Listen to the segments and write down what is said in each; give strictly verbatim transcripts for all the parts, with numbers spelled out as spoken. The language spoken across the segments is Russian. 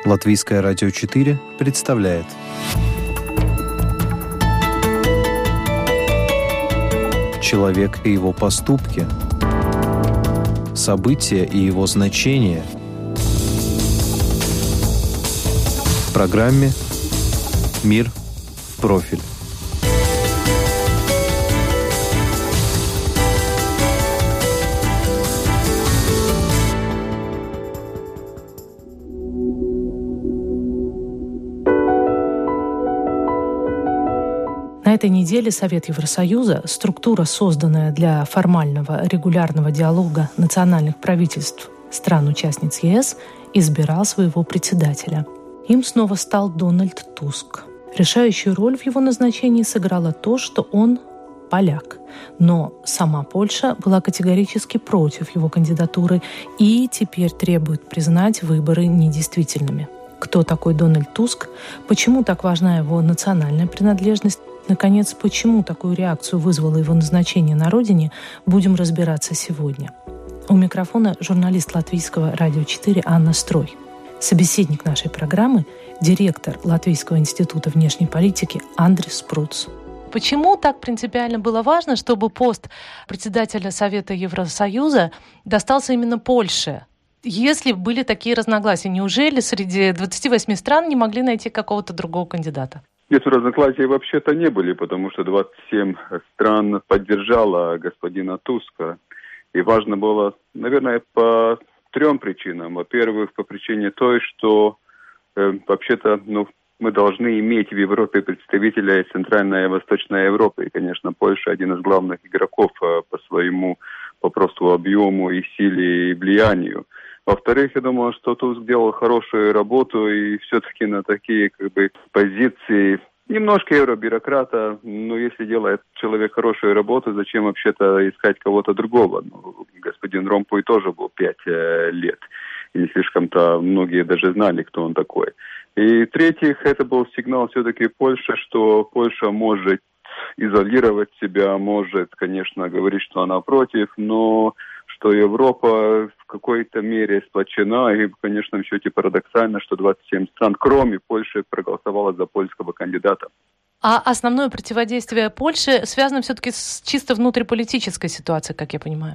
Латвийское радио четыре представляет «Человек и его поступки. События и его значения». В программе «Мир в профиль». На этой неделе Совет Евросоюза, структура, созданная для формального регулярного диалога национальных правительств стран-участниц ЕС, избирал своего председателя. Им снова стал Дональд Туск. Решающую роль в его назначении сыграло то, что он поляк. Но сама Польша была категорически против его кандидатуры и теперь требует признать выборы недействительными. Кто такой Дональд Туск? Почему так важна его национальная принадлежность? Наконец, почему такую реакцию вызвало его назначение на родине, будем разбираться сегодня. У микрофона журналист Латвийского радио четыре Анна Строй. Собеседник нашей программы – директор Латвийского института внешней политики Андрис Спруц. Почему так принципиально было важно, чтобы пост председателя Совета Евросоюза достался именно Польше? Если были такие разногласия, неужели среди двадцати восьми стран не могли найти какого-то другого кандидата? Нет, разногласий вообще-то не были, потому что двадцать семь стран поддержало господина Туска. И важно было, наверное, по трем причинам. Во-первых, по причине той, что э, вообще-то ну, мы должны иметь в Европе представителя из Центральной и Восточной Европы. И, конечно, Польша один из главных игроков э, по своему, по просто объему и силе и влиянию. Во-вторых, я думаю, что Туск делал хорошую работу, и все-таки на такие как бы позиции немножко евробюрократа, но если делает человек хорошую работу, зачем вообще-то искать кого-то другого? Ну, господин Ромпуй тоже был пять э, лет, и не слишком-то многие даже знали, кто он такой. И в-третьих, это был сигнал все-таки Польши, что Польша может изолировать себя, может, конечно, говорить, что она против, но что Европа в какой-то мере сплочена, и, конечно, в счете парадоксально, что двадцать семь стран, кроме Польши, проголосовало за польского кандидата. А основное противодействие Польши связано все-таки с чисто внутриполитической ситуацией, как я понимаю?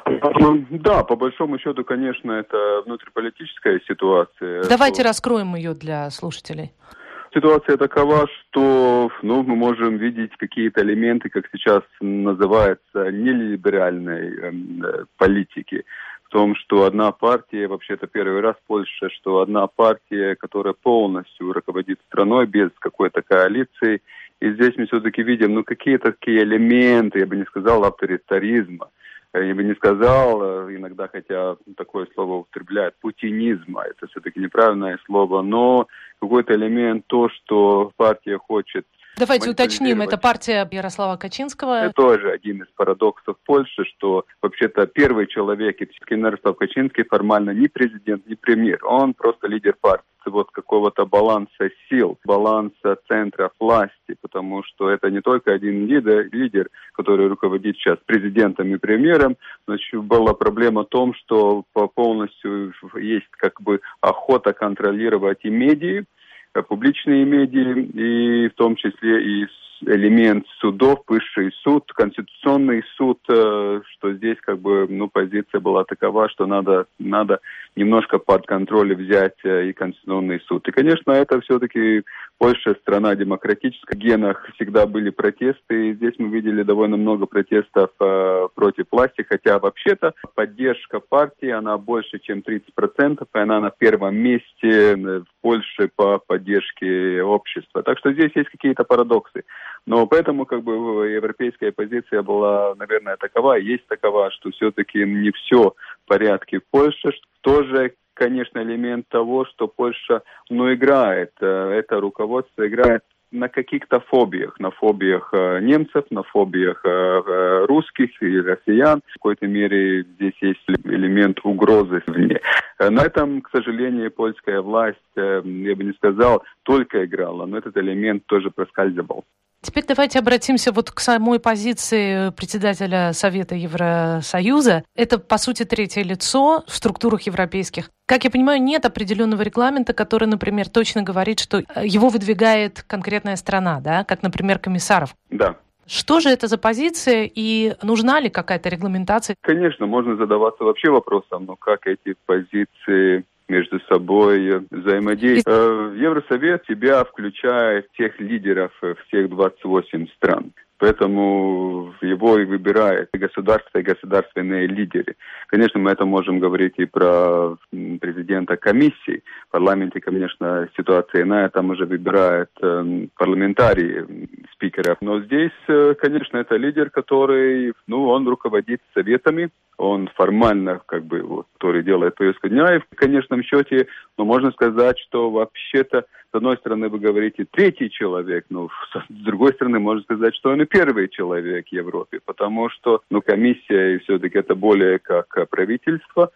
Да, по большому счету, конечно, это внутриполитическая ситуация. Давайте раскроем ее для слушателей. Ситуация такова, что ну, мы можем видеть какие-то элементы, как сейчас называется, нелиберальной э, политики. В том, что одна партия, вообще-то первый раз в Польше, что одна партия, которая полностью руководит страной без какой-то коалиции. И здесь мы все-таки видим ну, какие-то такие элементы, я бы не сказал, авторитаризма. Я бы не сказал, иногда, хотя такое слово употребляют, путинизма, это все-таки неправильное слово, но какой-то элемент то, что партия хочет... Давайте уточним, это партия Ярослава Качинского. Это тоже один из парадоксов Польши, что вообще-то первый человек, Ярослав Качинский, формально не президент, не премьер, он просто лидер партии. Вот какого-то баланса сил, баланса центра власти, потому что это не только один лидер, лидер, который руководит сейчас президентом и премьером, но еще была проблема в том, что полностью есть как бы охота контролировать и медиа, публичные медиа, и в том числе и элемент судов, высший суд, конституционный суд, что здесь как бы ну, позиция была такова, что надо, надо немножко под контроль взять и конституционный суд. И, конечно, это все-таки Польша страна демократическая. В генах всегда были протесты, и здесь мы видели довольно много протестов э, против власти, хотя вообще-то поддержка партии, она больше, чем тридцать процентов, и она на первом месте в Польше по поддержке общества. Так что здесь есть какие-то парадоксы. Но поэтому как бы европейская позиция была, наверное, такова, есть такова, что все-таки не все в порядке в Польше. Тоже, конечно, элемент того, что Польша, ну, играет, это руководство играет на каких-то фобиях, на фобиях э, немцев, на фобиях э, русских и россиян. В какой-то мере здесь есть элемент угрозы извне. На этом, к сожалению, польская власть, э, я бы не сказал, только играла, но этот элемент тоже проскальзывал. Теперь давайте обратимся вот к самой позиции председателя Совета Евросоюза. Это, по сути, третье лицо в структурах европейских. Как я понимаю, нет определенного регламента, который, например, точно говорит, что его выдвигает конкретная страна, да, как, например, комиссаров. Да. Что же это за позиция и нужна ли какая-то регламентация? Конечно, можно задаваться вообще вопросом, но как эти позиции между собой взаимодействуют. Евросовет себя включает всех лидеров всех двадцати восьми стран. Поэтому его и выбирают государства и государственные лидеры. Конечно, мы это можем говорить и про президента комиссии. В парламенте, конечно, ситуация иная, там уже выбирают э, парламентарии спикеров. Но здесь, э, конечно, это лидер, который, ну, он руководит советами, он формально, как бы, вот, который делает повестку дня. И в конечном счете, ну, можно сказать, что вообще-то, с одной стороны, вы говорите третий человек, но с другой стороны, можно сказать, что он и первый человек в Европе, потому что, ну, комиссия, и все-таки это более как правительство,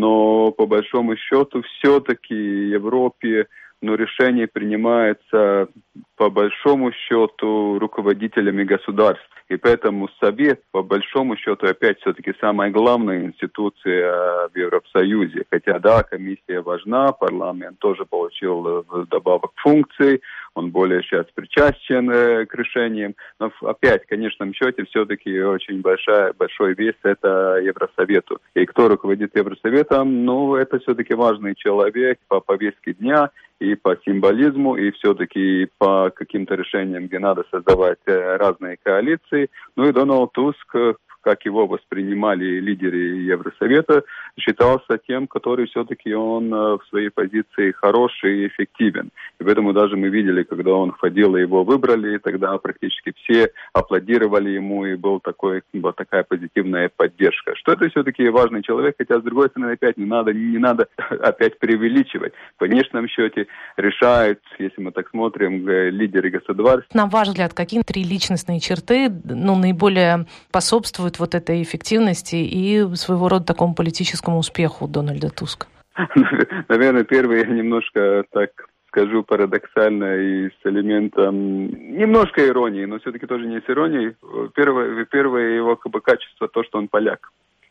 но по большому счету все-таки в Европе, ну, решение принимается по большому счету руководителями государств. И поэтому Совет, по большому счету, опять все-таки самая главная институция в Евросоюзе. Хотя, да, комиссия важна, парламент тоже получил добавок функций, он более сейчас причастен к решениям. Но опять, в конечном счете, все-таки очень большая, большой вес это Евросовету. И кто руководит Евросоветом, ну, это все-таки важный человек по повестке дня, и по символизму, и все-таки по каким-то решениям, где надо создавать разные коалиции. Ну и Дональд Туск, как его воспринимали лидеры Евросовета, считался тем, который все-таки он в своей позиции хороший и эффективен. И поэтому даже мы видели, когда он входил, и его выбрали, тогда практически все аплодировали ему, и был такой, была такая позитивная поддержка. Что это все-таки важный человек, хотя, с другой стороны, опять не надо, не надо опять преувеличивать. В конечном счете решают, если мы так смотрим, лидеры государств. На ваш взгляд, какие три личностные черты, ну, наиболее способствуют вот этой эффективности и своего рода такому политическому успеху Дональда Туска? Наверное, первый я немножко так скажу парадоксально и с элементом немножко иронии, но все-таки тоже не с иронией. Первое, первое его как бы качество то, что он поляк.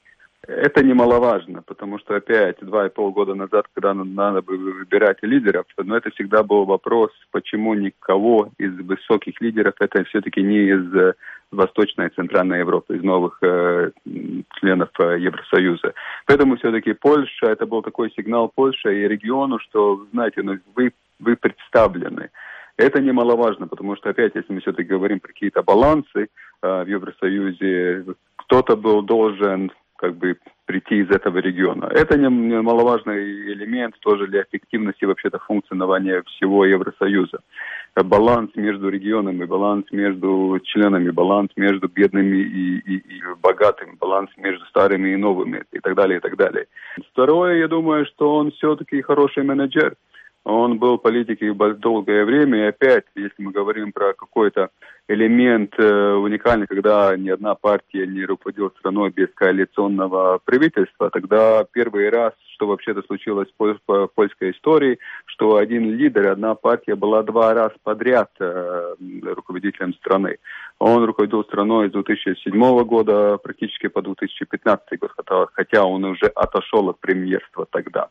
Это немаловажно, потому что опять два и полгода назад, когда надо было выбирать лидеров, но это всегда был вопрос, почему никого из высоких лидеров, это все-таки не из Восточной и Центральной Европы, из новых э, членов э, Евросоюза. Поэтому все-таки Польша, это был такой сигнал Польше и региону, что, знаете, ну, вы, вы представлены. Это немаловажно, потому что, опять, если мы все-таки говорим про какие-то балансы э, в Евросоюзе, кто-то был должен как бы прийти из этого региона. Это немаловажный элемент тоже для эффективности вообще-то функционирования всего Евросоюза. Баланс между регионами, баланс между членами, баланс между бедными и, и, и богатыми, баланс между старыми и новыми и так далее, и так далее. Второе, я думаю, что он все-таки хороший менеджер. Он был политикой долгое время, и опять, если мы говорим про какой-то элемент э, уникальный, когда ни одна партия не руководила страной без коалиционного правительства, тогда первый раз, что вообще-то случилось в, в польской истории, что один лидер, одна партия была два раза подряд э, руководителем страны. Он руководил страной с две тысячи седьмого года практически по две тысячи пятнадцатый год, хотя он уже отошел от премьерства тогда.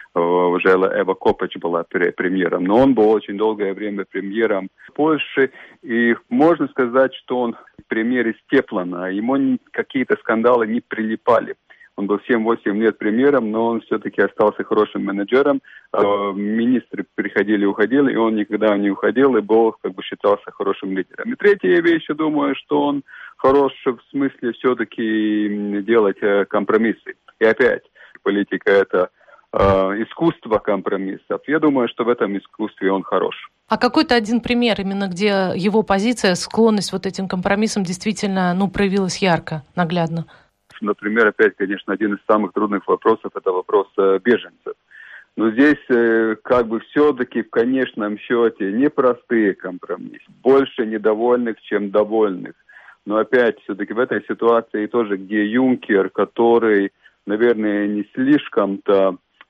Уже Эва Копач была премьером, но он был очень долгое время премьером Польши, и можно сказать, что он премьер из Теплана, ему какие-то скандалы не прилипали. Он был семь-восемь лет премьером, но он все-таки остался хорошим менеджером. Министры приходили и уходили, и он никогда не уходил, и был, как бы, считался хорошим лидером. И третья вещь, я думаю, что он хорош в смысле все-таки делать компромиссы. И опять, политика это искусство компромиссов. Я думаю, что в этом искусстве он хорош. А какой-то один пример, именно где его позиция, склонность вот этим компромиссам действительно, ну, проявилась ярко, наглядно? Например, опять, конечно, один из самых трудных вопросов – это вопрос беженцев. Но здесь как бы все-таки в конечном счете непростые компромиссы. Больше недовольных, чем довольных. Но опять, все-таки в этой ситуации тоже, где Юнкер, который, наверное, не слишком-то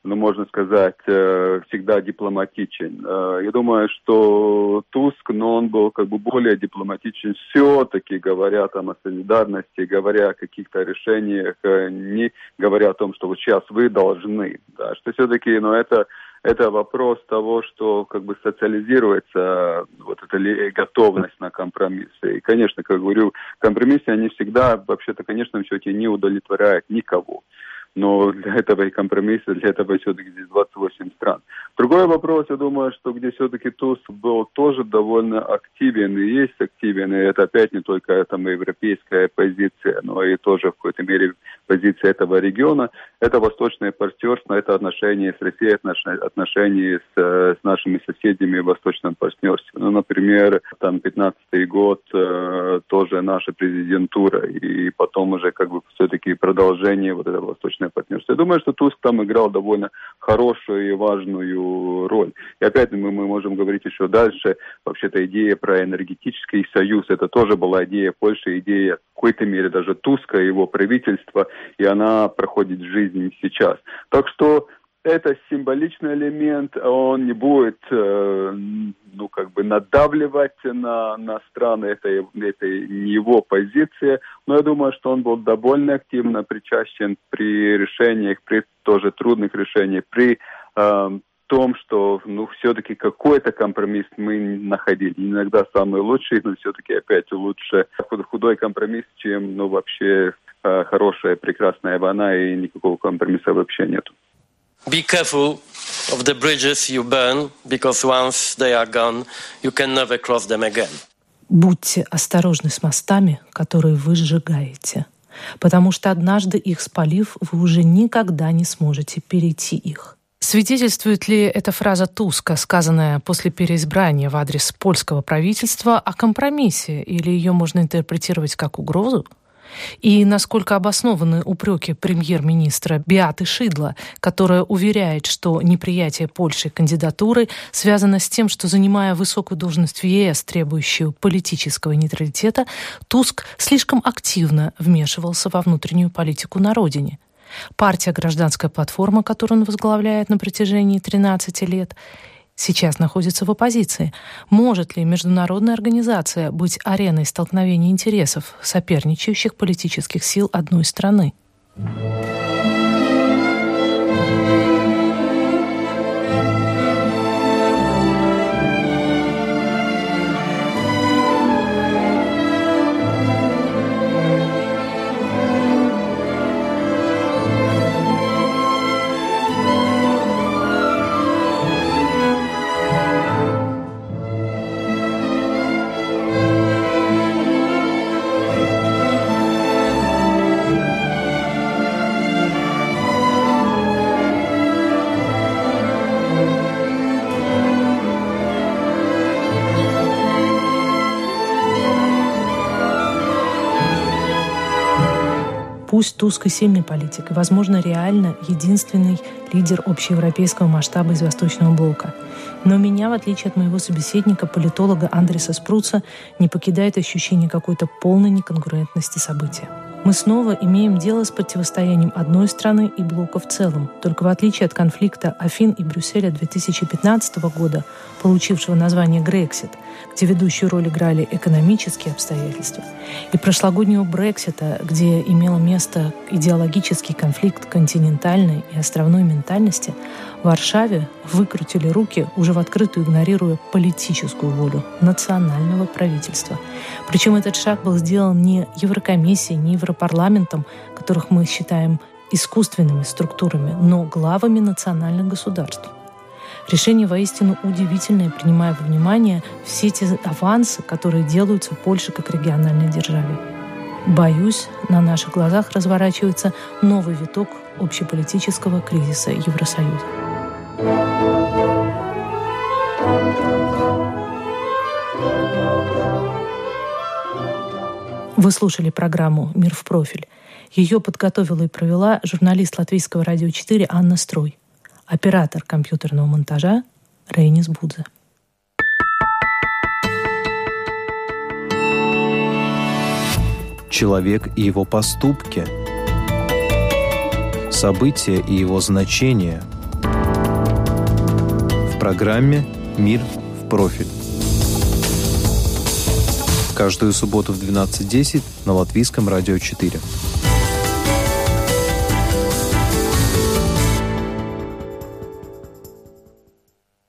ну, можно сказать, всегда дипломатичен. Я думаю, что Туск, но он был как бы более дипломатичен, все-таки говоря там о солидарности, говоря о каких-то решениях, не говоря о том, что вот сейчас вы должны, да, что все-таки, ну, это Это вопрос того, что как бы социализируется вот эта готовность на компромиссы. И, конечно, как говорю, компромиссы, они всегда, вообще-то, конечно, все-таки не удовлетворяют никого. Но для этого и компромисса, для этого все-таки здесь двадцать восемь стран. Другой вопрос, я думаю, что где все-таки Туск был тоже довольно активен и есть активен, и это опять не только там европейская позиция, но и тоже в какой-то мере позиция этого региона. Это восточное партнерство, это отношения с Россией, отношения с, с нашими соседями в восточном партнерстве. Ну, например, там пятнадцатый год э, тоже наша президентура, и потом уже как бы все-таки продолжение вот этого восточного партнерства. Я думаю, что Туск там играл довольно хорошую и важную роль. И опять мы, мы можем говорить еще дальше. Вообще-то идея про энергетический союз, это тоже была идея Польши, идея в какой-то мере даже Туска, его правительства, и она проходит в жизни сейчас. Так что это символичный элемент, он не будет, э, ну, как бы надавливать на, на страны, это, это не его позиция, но я думаю, что он был довольно активно причастен при решениях, при тоже трудных решениях, при э, том, что, ну, все-таки какой-то компромисс мы находили. Иногда самый лучший, но все-таки опять лучше худой компромисс, чем, ну, вообще э, хорошая, прекрасная война, и никакого компромисса вообще нету. Be careful of the bridges you burn, because once they are gone, you can never cross them again. Будьте осторожны с мостами, которые вы сжигаете, потому что однажды их спалив, вы уже никогда не сможете перейти их. Свидетельствует ли эта фраза Туска, сказанная после переизбрания в адрес польского правительства, о компромиссе, или ее можно интерпретировать как угрозу? И насколько обоснованы упреки премьер-министра Беаты Шидла, которая уверяет, что неприятие Польши кандидатуры связано с тем, что, занимая высокую должность в ЕС, требующую политического нейтралитета, Туск слишком активно вмешивался во внутреннюю политику на родине. Партия «Гражданская платформа», которую он возглавляет на протяжении тринадцати лет, сейчас находится в оппозиции. Может ли международная организация быть ареной столкновения интересов соперничающих политических сил одной страны? Пусть Туск и сильный политик, и, возможно, реально единственный лидер общеевропейского масштаба из Восточного блока. Но меня, в отличие от моего собеседника, политолога Андреса Спруца, не покидает ощущение какой-то полной неконкурентности события. Мы снова имеем дело с противостоянием одной страны и блока в целом. Только в отличие от конфликта Афин и Брюсселя две тысячи пятнадцатого года, получившего название «Грексит», где ведущую роль играли экономические обстоятельства, и прошлогоднего Брексита, где имело место идеологический конфликт континентальной и островной ментальности, в Варшаве выкрутили руки, уже в открытую игнорируя политическую волю национального правительства. Причем этот шаг был сделан не Еврокомиссией, не Европарламентом, которых мы считаем искусственными структурами, но главами национальных государств. Решение воистину удивительное, принимая во внимание все те авансы, которые делаются Польше как региональной державе. Боюсь, на наших глазах разворачивается новый виток общеполитического кризиса Евросоюза. Вы слушали программу «Мир в профиль». Ее подготовила и провела журналист Латвийского радио четыре Анна Строй. Оператор компьютерного монтажа Рейнис Будзе. Человек и его поступки. События и его значения программе «Мир в профиль». Каждую субботу в двенадцать десять на Латвийском радио четыре.